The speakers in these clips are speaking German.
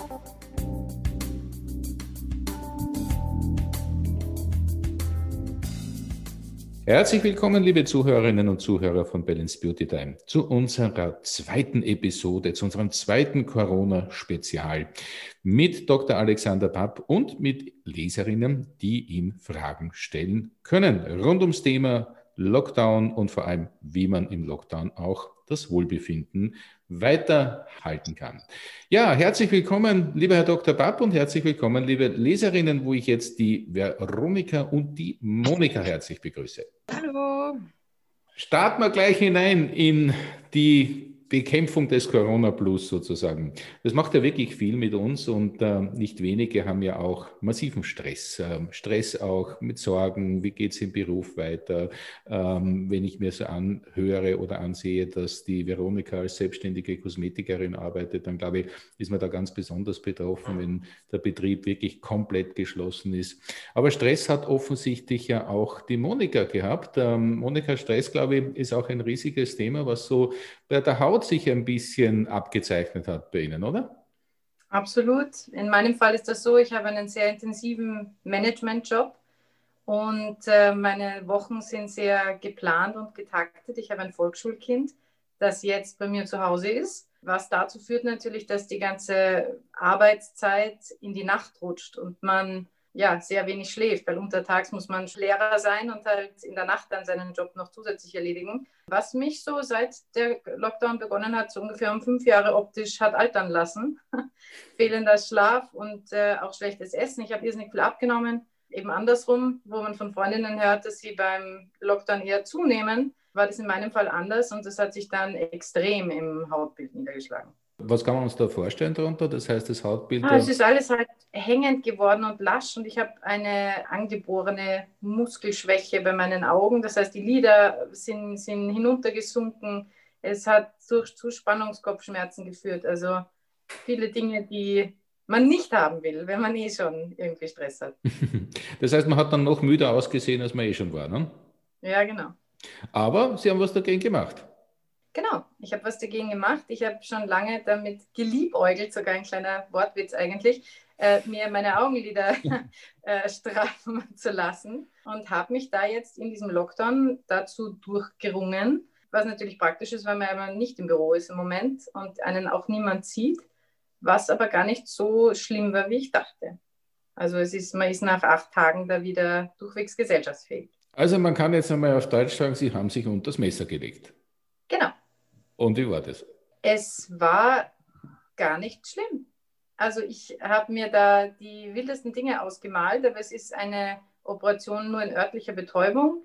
Herzlich willkommen, liebe Zuhörerinnen und Zuhörer von Balance Beauty Time, zu unserer zweiten Episode, zu unserem zweiten Corona-Spezial mit Dr. Alexander Papp und mit Leserinnen, die ihm Fragen stellen können rund ums Thema Lockdown und vor allem, wie man im Lockdown auch das Wohlbefinden weiterhalten kann. Ja, herzlich willkommen, lieber Herr Dr. Papp, und herzlich willkommen, liebe Leserinnen, wo ich jetzt die Veronika und die Monika herzlich begrüße. Hallo. Starten wir gleich hinein in die Bekämpfung des Corona-Plus sozusagen. Das macht ja wirklich viel mit uns und nicht wenige haben ja auch massiven Stress. Stress auch mit Sorgen, wie geht es im Beruf weiter? Wenn ich mir so anhöre oder ansehe, dass die Veronika als selbstständige Kosmetikerin arbeitet, dann glaube ich, ist man da ganz besonders betroffen, wenn der Betrieb wirklich komplett geschlossen ist. Aber Stress hat offensichtlich ja auch die Monika gehabt. Monika, Stress, glaube ich, ist auch ein riesiges Thema, was so bei der Haut sich ein bisschen abgezeichnet hat bei Ihnen, oder? Absolut. In meinem Fall ist das so, ich habe einen sehr intensiven Management-Job und meine Wochen sind sehr geplant und getaktet. Ich habe ein Volksschulkind, das jetzt bei mir zu Hause ist, was dazu führt natürlich, dass die ganze Arbeitszeit in die Nacht rutscht und man sehr wenig schläft, weil untertags muss man Lehrer sein und halt in der Nacht dann seinen Job noch zusätzlich erledigen. Was mich so seit der Lockdown begonnen hat, so ungefähr um 5 Jahre optisch hat altern lassen. Fehlender Schlaf und auch schlechtes Essen. Ich habe irrsinnig viel abgenommen. Eben andersrum, wo man von Freundinnen hört, dass sie beim Lockdown eher zunehmen, war das in meinem Fall anders und das hat sich dann extrem im Hautbild niedergeschlagen. Was kann man uns da vorstellen darunter? Das heißt, das Hautbild... Es ist alles halt hängend geworden und lasch und ich habe eine angeborene Muskelschwäche bei meinen Augen. Das heißt, die Lider sind hinuntergesunken. Es hat durch Zuspannungskopfschmerzen geführt. Also viele Dinge, die man nicht haben will, wenn man schon irgendwie Stress hat. Das heißt, man hat dann noch müder ausgesehen, als man schon war, ne? Ja, genau. Aber Sie haben was dagegen gemacht. Genau, ich habe was dagegen gemacht. Ich habe schon lange damit geliebäugelt, sogar ein kleiner Wortwitz eigentlich, mir meine Augenlider straffen zu lassen und habe mich da jetzt in diesem Lockdown dazu durchgerungen, was natürlich praktisch ist, weil man aber nicht im Büro ist im Moment und einen auch niemand sieht, was aber gar nicht so schlimm war, wie ich dachte. Also man ist nach 8 Tagen da wieder durchwegs gesellschaftsfähig. Also man kann jetzt einmal auf Deutsch sagen, Sie haben sich unter das Messer gelegt. Genau. Und wie war das? Es war gar nicht schlimm. Also ich habe mir da die wildesten Dinge ausgemalt, aber es ist eine Operation nur in örtlicher Betäubung.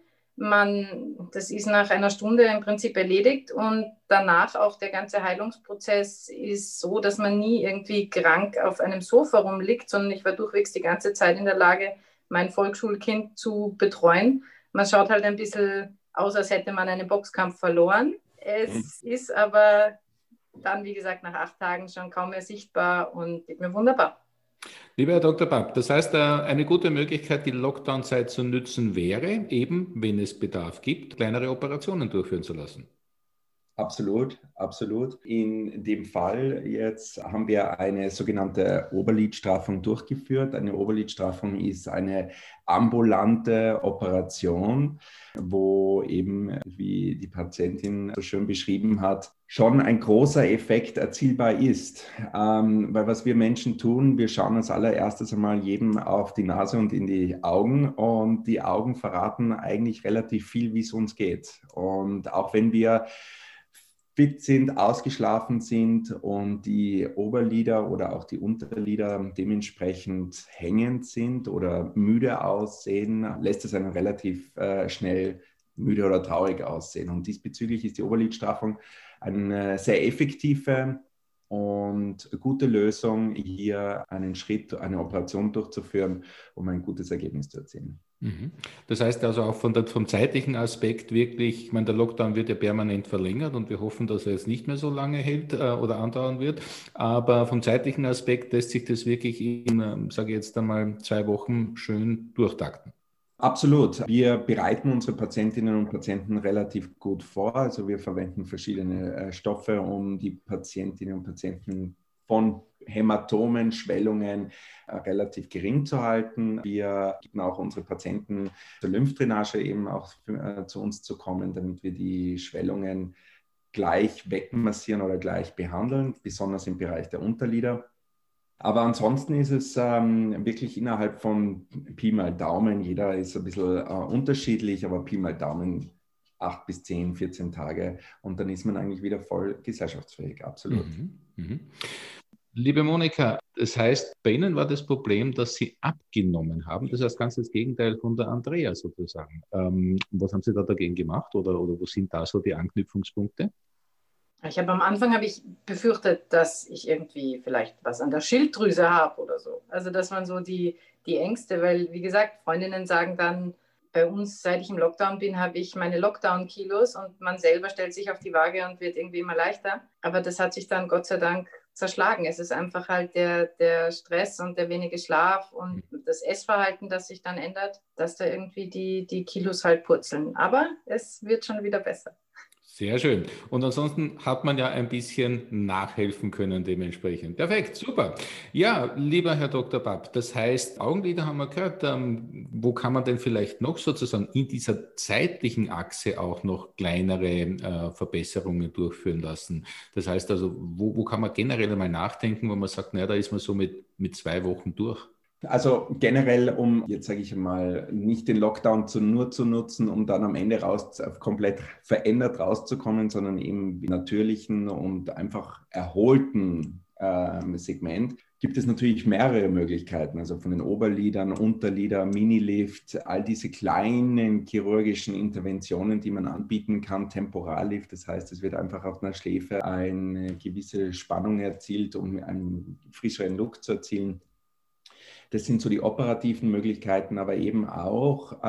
Das ist nach einer Stunde im Prinzip erledigt und danach auch der ganze Heilungsprozess ist so, dass man nie irgendwie krank auf einem Sofa rumliegt, sondern ich war durchwegs die ganze Zeit in der Lage, mein Volksschulkind zu betreuen. Man schaut halt ein bisschen aus, als hätte man einen Boxkampf verloren. Es ist aber dann, wie gesagt, nach 8 Tagen schon kaum mehr sichtbar und geht mir wunderbar. Lieber Herr Dr. Papp, das heißt, eine gute Möglichkeit, die Lockdown-Zeit zu nützen, wäre eben, wenn es Bedarf gibt, kleinere Operationen durchführen zu lassen. Absolut, absolut. In dem Fall jetzt haben wir eine sogenannte Oberlidstraffung durchgeführt. Eine Oberlidstraffung ist eine ambulante Operation, wo eben, wie die Patientin so schön beschrieben hat, schon ein großer Effekt erzielbar ist. Weil was wir Menschen tun, wir schauen als allererstes einmal jedem auf die Nase und in die Augen und die Augen verraten eigentlich relativ viel, wie es uns geht. Und auch wenn wir fit sind, ausgeschlafen sind und die Oberlider oder auch die Unterlider dementsprechend hängend sind oder müde aussehen, lässt es einen relativ schnell müde oder traurig aussehen. Und diesbezüglich ist die Oberlidstraffung eine sehr effektive und gute Lösung, hier einen Schritt, eine Operation durchzuführen, um ein gutes Ergebnis zu erzielen. Das heißt also auch vom zeitlichen Aspekt wirklich, ich meine, der Lockdown wird ja permanent verlängert und wir hoffen, dass er jetzt nicht mehr so lange hält oder andauern wird, aber vom zeitlichen Aspekt lässt sich das wirklich in, sage ich jetzt einmal, 2 Wochen schön durchtakten. Absolut. Wir bereiten unsere Patientinnen und Patienten relativ gut vor. Also wir verwenden verschiedene Stoffe, um die Patientinnen und Patienten von Hämatomen, Schwellungen relativ gering zu halten. Wir bitten auch unsere Patienten zur Lymphdrainage eben auch zu uns zu kommen, damit wir die Schwellungen gleich wegmassieren oder gleich behandeln, besonders im Bereich der Unterlider. Aber ansonsten ist es wirklich innerhalb von Pi mal Daumen, jeder ist ein bisschen unterschiedlich, aber Pi mal Daumen 8 bis 10, 14 Tage und dann ist man eigentlich wieder voll gesellschaftsfähig, absolut. Liebe Monika, das heißt, bei Ihnen war das Problem, dass Sie abgenommen haben. Das heißt, ganz das Gegenteil von der Andrea sozusagen. Was haben Sie da dagegen gemacht oder wo sind da so die Anknüpfungspunkte? Am Anfang habe ich befürchtet, dass ich irgendwie vielleicht was an der Schilddrüse habe oder so. Also das waren so die Ängste, weil wie gesagt, Freundinnen sagen dann, bei uns, seit ich im Lockdown bin, habe ich meine Lockdown-Kilos und man selber stellt sich auf die Waage und wird irgendwie immer leichter. Aber das hat sich dann Gott sei Dank zerschlagen. Es ist einfach halt der Stress und der wenige Schlaf und das Essverhalten, das sich dann ändert, dass da irgendwie die Kilos halt purzeln. Aber es wird schon wieder besser. Sehr schön. Und ansonsten hat man ja ein bisschen nachhelfen können dementsprechend. Perfekt, super. Ja, lieber Herr Dr. Papp, das heißt, Augenlider haben wir gehört. Wo kann man denn vielleicht noch sozusagen in dieser zeitlichen Achse auch noch kleinere Verbesserungen durchführen lassen? Das heißt also, wo kann man generell mal nachdenken, wo man sagt, naja, da ist man so mit 2 Wochen durch? Also generell, um jetzt sage ich mal, nicht den Lockdown nur zu nutzen, um dann am Ende komplett verändert rauszukommen, sondern eben im natürlichen und einfach erholten Segment, gibt es natürlich mehrere Möglichkeiten. Also von den Oberlidern, Unterlider, Minilift, all diese kleinen chirurgischen Interventionen, die man anbieten kann, Temporallift, das heißt, es wird einfach auf einer Schläfe eine gewisse Spannung erzielt, um einen frischeren Look zu erzielen. Das sind so die operativen Möglichkeiten, aber eben auch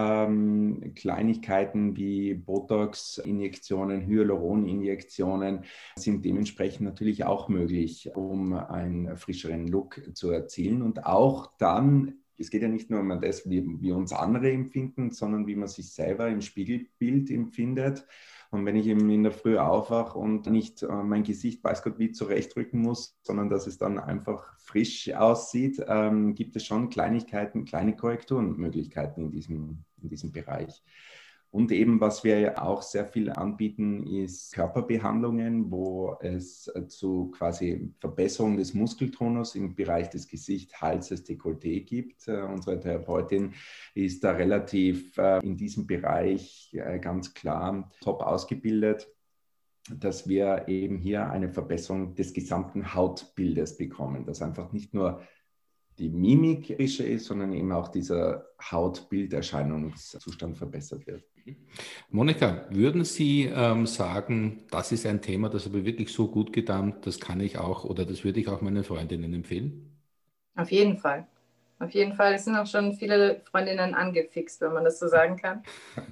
Kleinigkeiten wie Botox-Injektionen, Hyaluron-Injektionen sind dementsprechend natürlich auch möglich, um einen frischeren Look zu erzielen. Und auch dann, es geht ja nicht nur um das, wie uns andere empfinden, sondern wie man sich selber im Spiegelbild empfindet. Und wenn ich eben in der Früh aufwache und nicht mein Gesicht, weiß Gott, wie zurechtrücken muss, sondern dass es dann einfach frisch aussieht, gibt es schon Kleinigkeiten, kleine Korrekturmöglichkeiten in diesem Bereich. Und eben, was wir ja auch sehr viel anbieten, ist Körperbehandlungen, wo es zu quasi Verbesserung des Muskeltonus im Bereich des Gesichts, Halses, Dekolleté gibt. Unsere Therapeutin ist da relativ in diesem Bereich ganz klar top ausgebildet, dass wir eben hier eine Verbesserung des gesamten Hautbildes bekommen, dass einfach nicht nur die Mimik frischer ist, sondern eben auch dieser Hautbilderscheinungszustand verbessert wird. Monika, würden Sie sagen, das ist ein Thema, das habe ich wirklich so gut getan, das kann ich auch oder das würde ich auch meinen Freundinnen empfehlen? Auf jeden Fall. Auf jeden Fall. Es sind auch schon viele Freundinnen angefixt, wenn man das so sagen kann.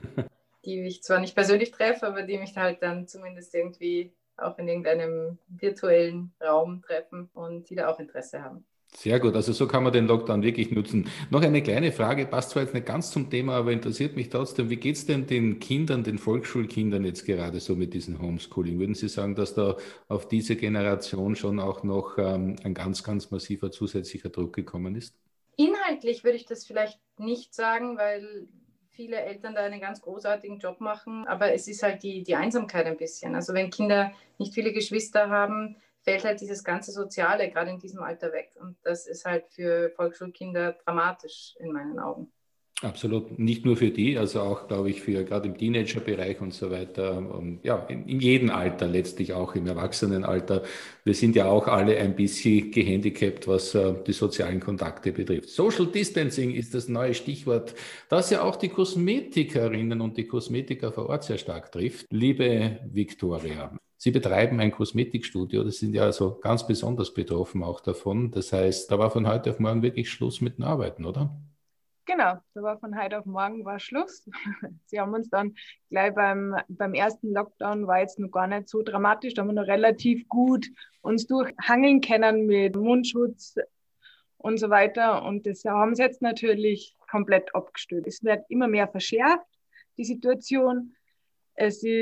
Die ich zwar nicht persönlich treffe, aber die mich halt dann zumindest irgendwie auch in irgendeinem virtuellen Raum treffen und die da auch Interesse haben. Sehr gut, also so kann man den Lockdown wirklich nutzen. Noch eine kleine Frage, passt zwar jetzt nicht ganz zum Thema, aber interessiert mich trotzdem. Wie geht es denn den Kindern, den Volksschulkindern jetzt gerade so mit diesem Homeschooling? Würden Sie sagen, dass da auf diese Generation schon auch noch ein ganz, ganz massiver zusätzlicher Druck gekommen ist? Inhaltlich würde ich das vielleicht nicht sagen, weil viele Eltern da einen ganz großartigen Job machen, aber es ist halt die Einsamkeit ein bisschen. Also wenn Kinder nicht viele Geschwister haben, fällt halt dieses ganze Soziale gerade in diesem Alter weg. Und das ist halt für Volksschulkinder dramatisch in meinen Augen. Absolut, nicht nur für die, also auch, glaube ich, für gerade im Teenagerbereich und so weiter, und ja, in jedem Alter, letztlich auch im Erwachsenenalter. Wir sind ja auch alle ein bisschen gehandicapt, was die sozialen Kontakte betrifft. Social Distancing ist das neue Stichwort, das ja auch die Kosmetikerinnen und die Kosmetiker vor Ort sehr stark trifft. Liebe Viktoria, Sie betreiben ein Kosmetikstudio, das sind ja also ganz besonders betroffen auch davon. Das heißt, da war von heute auf morgen wirklich Schluss mit dem Arbeiten, oder? Genau, da war von heute auf morgen war Schluss. Sie haben uns dann gleich beim ersten Lockdown, war jetzt noch gar nicht so dramatisch, da haben wir noch relativ gut uns durchhangeln können mit Mundschutz und so weiter. Und das haben sie jetzt natürlich komplett abgestellt. Es wird immer mehr verschärft, die Situation. Es ist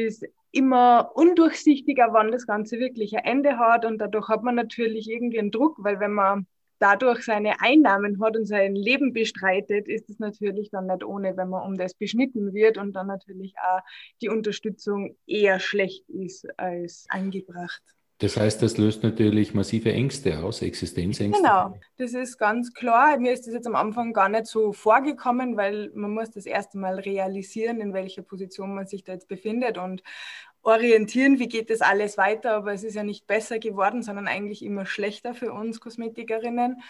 immer undurchsichtiger, wann das Ganze wirklich ein Ende hat. Und dadurch hat man natürlich irgendwie einen Druck, weil wenn man dadurch seine Einnahmen hat und sein Leben bestreitet, ist es natürlich dann nicht ohne, wenn man um das beschnitten wird und dann natürlich auch die Unterstützung eher schlecht ist als angebracht. Das heißt, das löst natürlich massive Ängste aus, Existenzängste. Genau, das ist ganz klar. Mir ist das jetzt am Anfang gar nicht so vorgekommen, weil man muss das erste Mal realisieren, in welcher Position man sich da jetzt befindet und orientieren, wie geht das alles weiter. Aber es ist ja nicht besser geworden, sondern eigentlich immer schlechter für uns Kosmetikerinnen.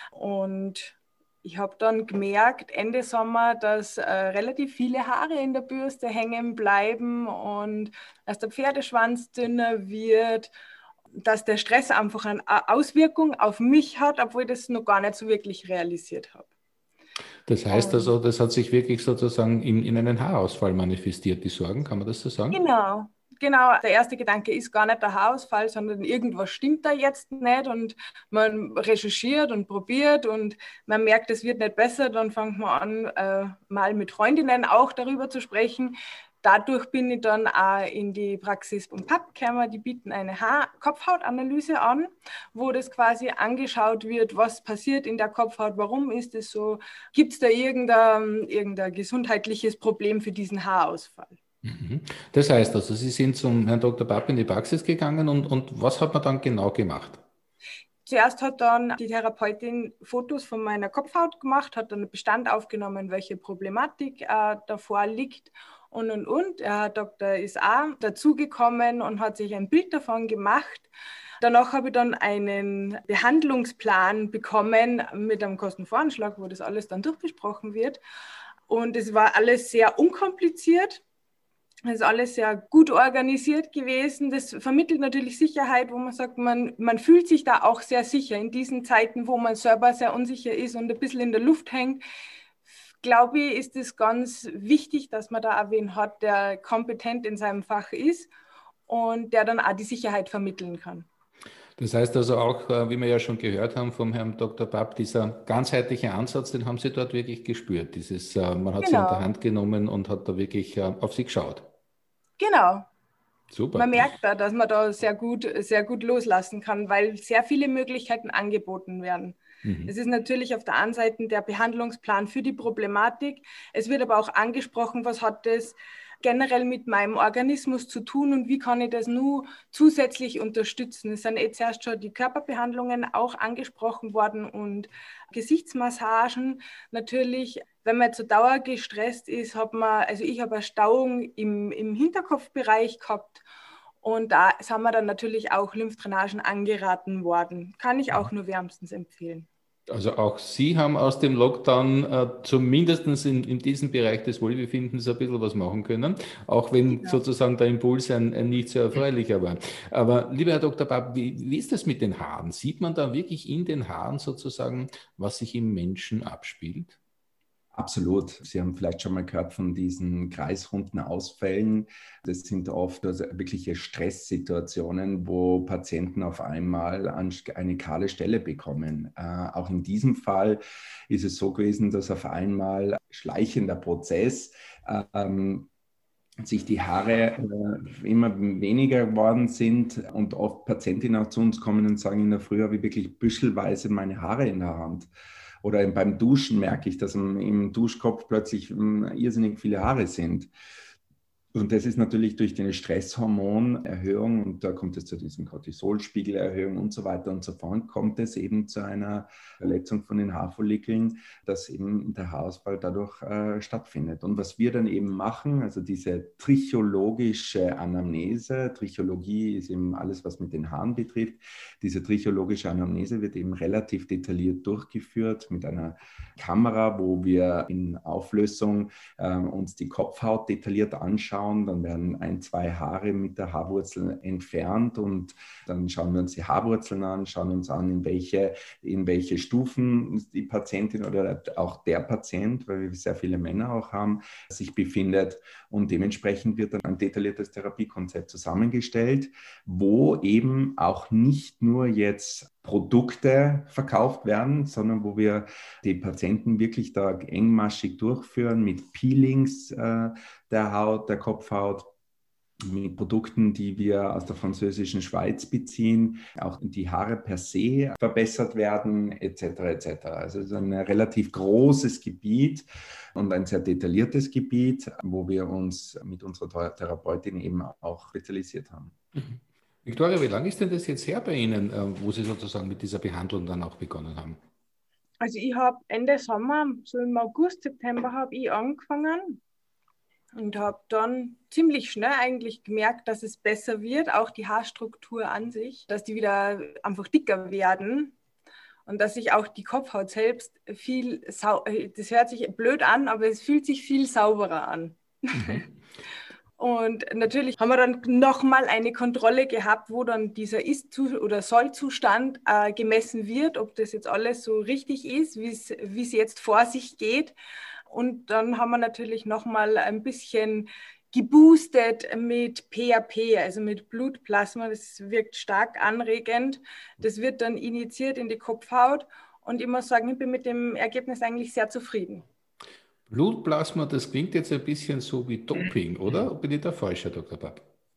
Und ich habe dann gemerkt, Ende Sommer, dass relativ viele Haare in der Bürste hängen bleiben und dass der Pferdeschwanz dünner wird, dass der Stress einfach eine Auswirkung auf mich hat, obwohl ich das noch gar nicht so wirklich realisiert habe. Das heißt also, das hat sich wirklich sozusagen in einen Haarausfall manifestiert, die Sorgen, kann man das so sagen? Genau. Der erste Gedanke ist gar nicht der Haarausfall, sondern irgendwas stimmt da jetzt nicht und man recherchiert und probiert und man merkt, es wird nicht besser, dann fängt man an, mal mit Freundinnen auch darüber zu sprechen. Dadurch bin ich dann auch in die Praxis vom PAP gekommen. Die bieten eine Kopfhautanalyse an, wo das quasi angeschaut wird, was passiert in der Kopfhaut, warum ist es so, gibt es da irgendein gesundheitliches Problem für diesen Haarausfall. Das heißt also, Sie sind zum Herrn Dr. Papp in die Praxis gegangen und was hat man dann genau gemacht? Zuerst hat dann die Therapeutin Fotos von meiner Kopfhaut gemacht, hat dann einen Bestand aufgenommen, welche Problematik davor liegt und. Der Herr Doktor ist auch dazugekommen und hat sich ein Bild davon gemacht. Danach habe ich dann einen Behandlungsplan bekommen mit einem Kostenvoranschlag, wo das alles dann durchbesprochen wird. Und es war alles sehr unkompliziert. Es ist alles sehr gut organisiert gewesen. Das vermittelt natürlich Sicherheit, wo man sagt, man fühlt sich da auch sehr sicher. In diesen Zeiten, wo man selber sehr unsicher ist und ein bisschen in der Luft hängt, glaube ich, ist es ganz wichtig, dass man da auch wen hat, der kompetent in seinem Fach ist und der dann auch die Sicherheit vermitteln kann. Das heißt also auch, wie wir ja schon gehört haben vom Herrn Dr. Papp, dieser ganzheitliche Ansatz, den haben Sie dort wirklich gespürt. Man hat Sie an der Hand genommen und hat da wirklich auf Sie geschaut. Genau. Super. Man merkt da, dass man da sehr gut loslassen kann, weil sehr viele Möglichkeiten angeboten werden. Es ist natürlich auf der einen Seite der Behandlungsplan für die Problematik. Es wird aber auch angesprochen, was hat das generell mit meinem Organismus zu tun und wie kann ich das nur zusätzlich unterstützen. Es sind zuerst schon die Körperbehandlungen auch angesprochen worden und Gesichtsmassagen. Natürlich, wenn man zur Dauer gestresst ist, ich habe eine Stauung im Hinterkopfbereich gehabt und da sind mir dann natürlich auch Lymphdrainagen angeraten worden. Kann ich auch nur wärmstens empfehlen. Also auch Sie haben aus dem Lockdown zumindest in diesem Bereich des Wohlbefindens ein bisschen was machen können, auch wenn sozusagen der Impuls ein nicht so erfreulicher war. Aber lieber Herr Dr. Papp, wie ist das mit den Haaren? Sieht man da wirklich in den Haaren sozusagen, was sich im Menschen abspielt? Absolut. Sie haben vielleicht schon mal gehört von diesen kreisrunden Ausfällen. Das sind oft wirkliche Stresssituationen, wo Patienten auf einmal eine kahle Stelle bekommen. Auch in diesem Fall ist es so gewesen, dass auf einmal schleichender Prozess sich die Haare immer weniger geworden sind und oft Patientinnen auch zu uns kommen und sagen, in der Früh habe ich wirklich büschelweise meine Haare in der Hand. Oder beim Duschen merke ich, dass im Duschkopf plötzlich irrsinnig viele Haare sind. Und das ist natürlich durch die Stresshormonerhöhung, und da kommt es zu diesem Cortisolspiegelerhöhung und so weiter und so fort, kommt es eben zu einer Verletzung von den Haarfollikeln, dass eben der Haarausfall dadurch stattfindet. Und was wir dann eben machen, also diese trichologische Anamnese, Trichologie ist eben alles, was mit den Haaren betrifft, diese trichologische Anamnese wird eben relativ detailliert durchgeführt mit einer Kamera, wo wir in Auflösung uns die Kopfhaut detailliert anschauen. Dann werden 1, 2 Haare mit der Haarwurzel entfernt und dann schauen wir uns die Haarwurzeln an, schauen uns an, in welche Stufen die Patientin oder auch der Patient, weil wir sehr viele Männer auch haben, sich befindet. Und dementsprechend wird dann ein detailliertes Therapiekonzept zusammengestellt, wo eben auch nicht nur jetzt Produkte verkauft werden, sondern wo wir die Patienten wirklich da engmaschig durchführen mit Peelings der Haut, der Kopfhaut, mit Produkten, die wir aus der französischen Schweiz beziehen, auch die Haare per se verbessert werden, etc. etc. Also es ist ein relativ großes Gebiet und ein sehr detailliertes Gebiet, wo wir uns mit unserer Therapeutin eben auch spezialisiert haben. Victoria, wie lange ist denn das jetzt her bei Ihnen, wo Sie sozusagen mit dieser Behandlung dann auch begonnen haben? Also ich habe Ende Sommer, so im August, September habe ich angefangen und habe dann ziemlich schnell eigentlich gemerkt, dass es besser wird, auch die Haarstruktur an sich, dass die wieder einfach dicker werden und dass sich auch die Kopfhaut selbst das hört sich blöd an, aber es fühlt sich viel sauberer an. Mhm. Und natürlich haben wir dann nochmal eine Kontrolle gehabt, wo dann dieser oder Soll-Zustand gemessen wird, ob das jetzt alles so richtig ist, wie es jetzt vor sich geht. Und dann haben wir natürlich nochmal ein bisschen geboostet mit PAP, also mit Blutplasma. Das wirkt stark anregend. Das wird dann injiziert in die Kopfhaut. Und ich muss sagen, ich bin mit dem Ergebnis eigentlich sehr zufrieden. Blutplasma, das klingt jetzt ein bisschen so wie Doping, oder? Bin ich da falsch, Herr Dr. Papp?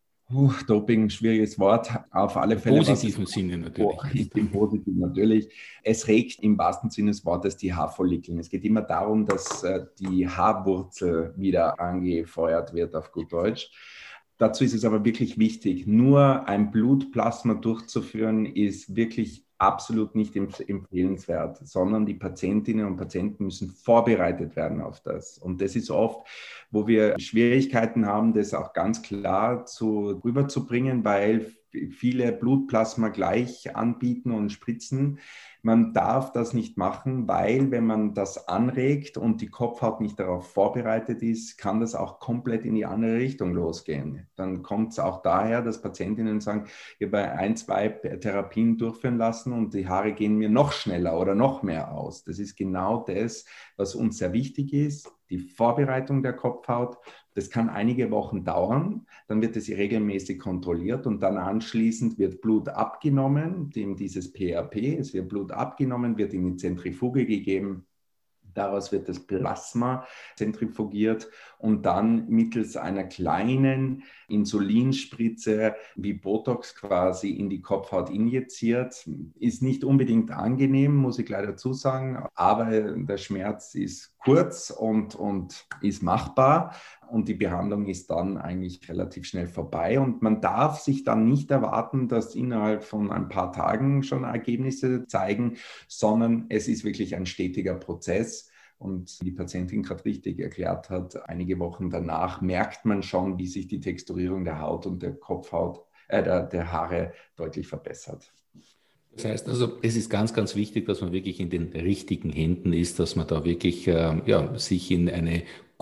Doping, schwieriges Wort. Auf alle Fälle. Im positiven Sinne natürlich. Im positiven natürlich. Es regt im wahrsten Sinne des Wortes die Haarfollikeln. Es geht immer darum, dass die Haarwurzel wieder angefeuert wird, auf gut Deutsch. Dazu ist es aber wirklich wichtig, nur ein Blutplasma durchzuführen, ist wirklich absolut nicht empfehlenswert, sondern die Patientinnen und Patienten müssen vorbereitet werden auf das. Und das ist oft, wo wir Schwierigkeiten haben, das auch ganz klar rüberzubringen, weil viele Blutplasma gleich anbieten und spritzen. Man darf das nicht machen, weil wenn man das anregt und die Kopfhaut nicht darauf vorbereitet ist, kann das auch komplett in die andere Richtung losgehen. Dann kommt es auch daher, dass Patientinnen sagen, ich habe 1, 2 Therapien durchführen lassen und die Haare gehen mir noch schneller oder noch mehr aus. Das ist genau das, was uns sehr wichtig ist, die Vorbereitung der Kopfhaut. Das kann einige Wochen dauern, dann wird es regelmäßig kontrolliert und dann anschließend wird Blut abgenommen, dieses PRP, es wird Blut abgenommen, wird in die Zentrifuge gegeben. Daraus wird das Plasma zentrifugiert und dann mittels einer kleinen Insulinspritze wie Botox quasi in die Kopfhaut injiziert. Ist nicht unbedingt angenehm, muss ich gleich dazu sagen, aber der Schmerz ist kurz und ist machbar und die Behandlung ist dann eigentlich relativ schnell vorbei und man darf sich dann nicht erwarten, dass innerhalb von ein paar Tagen schon Ergebnisse zeigen, sondern es ist wirklich ein stetiger Prozess. Und die Patientin gerade richtig erklärt hat, einige Wochen danach merkt man schon, wie sich die Texturierung der Haut und der Kopfhaut, der Haare deutlich verbessert. Das heißt also, es ist ganz, ganz wichtig, dass man wirklich in den richtigen Händen ist, dass man da wirklich sich in eine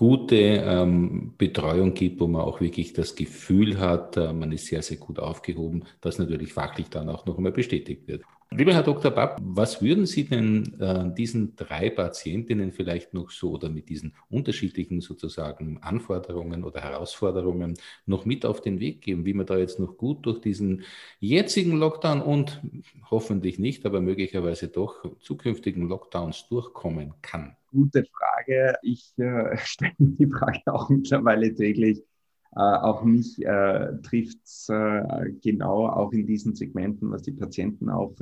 gute Betreuung gibt, wo man auch wirklich das Gefühl hat, man ist sehr, sehr gut aufgehoben, das natürlich fachlich dann auch noch einmal bestätigt wird. Lieber Herr Dr. Papp, was würden Sie denn diesen 3 Patientinnen vielleicht noch so oder mit diesen unterschiedlichen sozusagen Anforderungen oder Herausforderungen noch mit auf den Weg geben, wie man da jetzt noch gut durch diesen jetzigen Lockdown und hoffentlich nicht, aber möglicherweise doch zukünftigen Lockdowns durchkommen kann? Gute Frage. Ich stelle mir die Frage auch mittlerweile täglich. Auch mich trifft es genau auch in diesen Segmenten, was die Patienten auch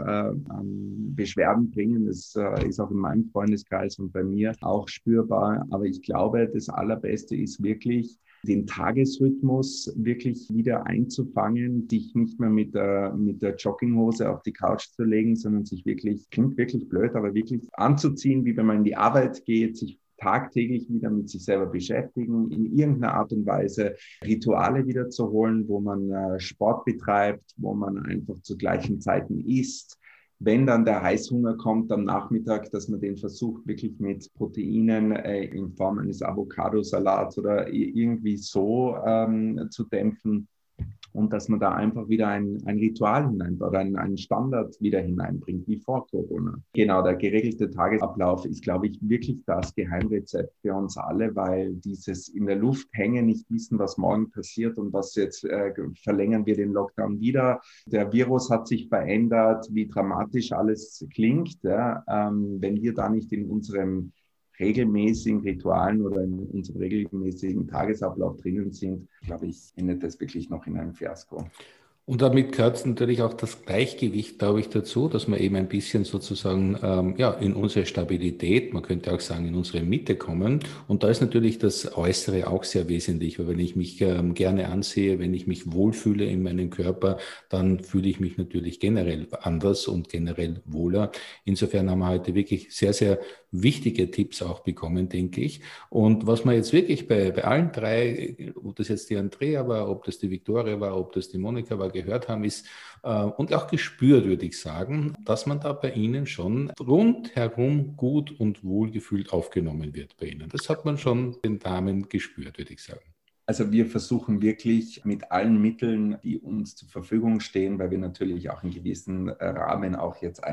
an Beschwerden bringen. Das ist auch in meinem Freundeskreis und bei mir auch spürbar. Aber ich glaube, das Allerbeste ist wirklich, den Tagesrhythmus wirklich wieder einzufangen, dich nicht mehr mit der Jogginghose auf die Couch zu legen, sondern sich wirklich, klingt wirklich blöd, aber wirklich anzuziehen, wie wenn man in die Arbeit geht, sich tagtäglich wieder mit sich selber beschäftigen, in irgendeiner Art und Weise Rituale wiederzuholen, wo man Sport betreibt, wo man einfach zu gleichen Zeiten isst. Wenn dann der Heißhunger kommt am Nachmittag, dass man den versucht, wirklich mit Proteinen in Form eines Avocadosalats oder irgendwie so zu dämpfen. Und dass man da einfach wieder ein Ritual hineinbaut oder einen Standard wieder hineinbringt, wie vor Corona. Genau, der geregelte Tagesablauf ist, glaube ich, wirklich das Geheimrezept für uns alle, weil dieses in der Luft hängen, nicht wissen, was morgen passiert und was jetzt verlängern wir den Lockdown wieder. Der Virus hat sich verändert, wie dramatisch alles klingt. Ja? Wenn wir da nicht in unserem regelmäßigen Ritualen oder in unserem regelmäßigen Tagesablauf drinnen sind, glaube ich, endet das wirklich noch in einem Fiasko. Und damit gehört natürlich auch das Gleichgewicht, glaube ich, dazu, dass man eben ein bisschen sozusagen in unsere Stabilität, man könnte auch sagen, in unsere Mitte kommen. Und da ist natürlich das Äußere auch sehr wesentlich, weil wenn ich mich gerne ansehe, wenn ich mich wohlfühle in meinem Körper, dann fühle ich mich natürlich generell anders und generell wohler. Insofern haben wir heute wirklich sehr, sehr wichtige Tipps auch bekommen, denke ich. Und was man jetzt wirklich bei allen drei, ob das jetzt die Andrea war, ob das die Viktoria war, ob das die Monika war, gehört haben, ist und auch gespürt, würde ich sagen, dass man da bei Ihnen schon rundherum gut und wohlgefühlt aufgenommen wird bei Ihnen. Das hat man schon den Damen gespürt, würde ich sagen. Also wir versuchen wirklich mit allen Mitteln, die uns zur Verfügung stehen, weil wir natürlich auch in gewissen Rahmen auch jetzt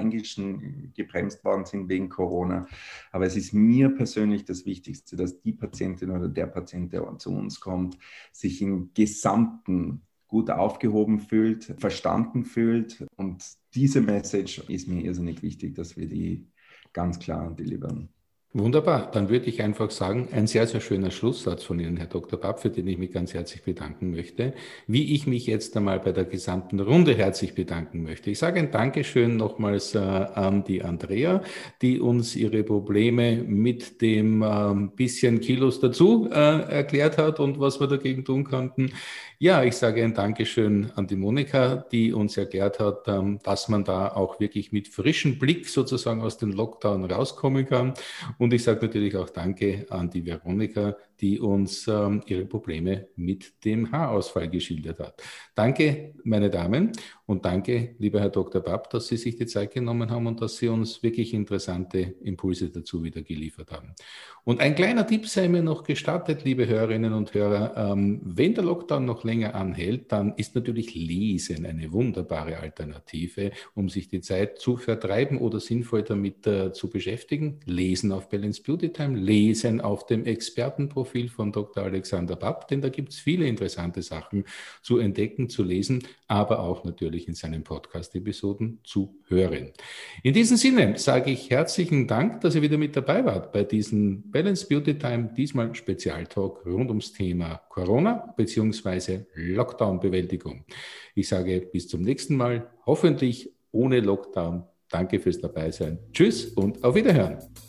gebremst worden sind wegen Corona. Aber es ist mir persönlich das Wichtigste, dass die Patientin oder der Patient, der zu uns kommt, sich im Gesamten gut aufgehoben fühlt, verstanden fühlt. Und diese Message ist mir irrsinnig wichtig, dass wir die ganz klar delivern. Wunderbar, dann würde ich einfach sagen, ein sehr, sehr schöner Schlusssatz von Ihnen, Herr Dr. Papp, für den ich mich ganz herzlich bedanken möchte, wie ich mich jetzt einmal bei der gesamten Runde herzlich bedanken möchte. Ich sage ein Dankeschön nochmals an die Andrea, die uns ihre Probleme mit dem bisschen Kilos dazu erklärt hat und was wir dagegen tun konnten. Ja, ich sage ein Dankeschön an die Monika, die uns erklärt hat, dass man da auch wirklich mit frischem Blick sozusagen aus dem Lockdown rauskommen kann. Und ich sage natürlich auch Danke an die Veronika, die uns ihre Probleme mit dem Haarausfall geschildert hat. Danke, meine Damen, und danke, lieber Herr Dr. Papp, dass Sie sich die Zeit genommen haben und dass Sie uns wirklich interessante Impulse dazu wieder geliefert haben. Und ein kleiner Tipp sei mir noch gestattet, liebe Hörerinnen und Hörer, wenn der Lockdown noch länger anhält, dann ist natürlich Lesen eine wunderbare Alternative, um sich die Zeit zu vertreiben oder sinnvoll damit zu beschäftigen. Lesen auf Balance Beauty Time, lesen auf dem Expertenprofil von Dr. Alexander Papp, denn da gibt es viele interessante Sachen zu entdecken, zu lesen, aber auch natürlich in seinen Podcast-Episoden zu hören. In diesem Sinne sage ich herzlichen Dank, dass ihr wieder mit dabei wart bei diesem Balance Beauty Time, diesmal Spezialtalk rund ums Thema Corona bzw. Lockdown-Bewältigung. Ich sage bis zum nächsten Mal, hoffentlich ohne Lockdown. Danke fürs Dabeisein. Tschüss und auf Wiederhören.